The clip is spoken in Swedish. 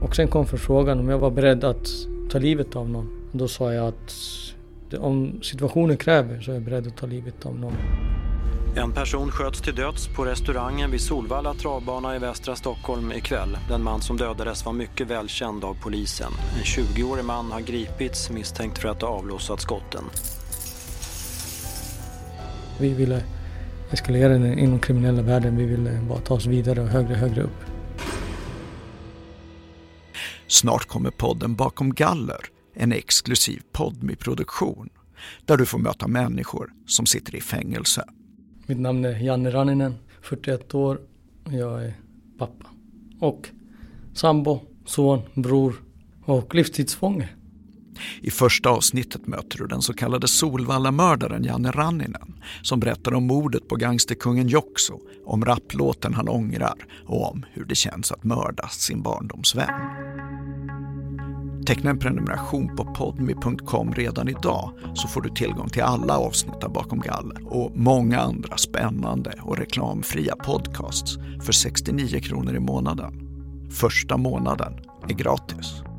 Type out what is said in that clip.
Och sen kom förfrågan om jag var beredd att ta livet av någon. Då sa jag att om situationen kräver så är jag beredd att ta livet av någon. En person sköts till döds på restaurangen vid Solvalla travbana i västra Stockholm ikväll. Den man som dödades var mycket välkänd av polisen. En 20-årig man har gripits misstänkt för att ha avlossat skotten. Vi ville eskalera den inom kriminella världen. Vi ville bara ta oss vidare och högre upp. Snart kommer podden Bakom galler, en exklusiv Podmi-produktion där du får möta människor som sitter i fängelse. Mitt namn är Janne Ranninen, 41 år. Jag är pappa. Och sambo, son, bror och livstidsfånge. I första avsnittet möter du den så kallade Solvalla-mördaren Janne Ranninen som berättar om mordet på gangsterkungen Joxo, om rapplåten han ångrar och om hur det känns att mörda sin barndomsvän. Teckna en prenumeration på podmi.com redan idag så får du tillgång till alla avsnitt av Bakom galler och många andra spännande och reklamfria podcasts för 69 kronor i månaden. Första månaden är gratis.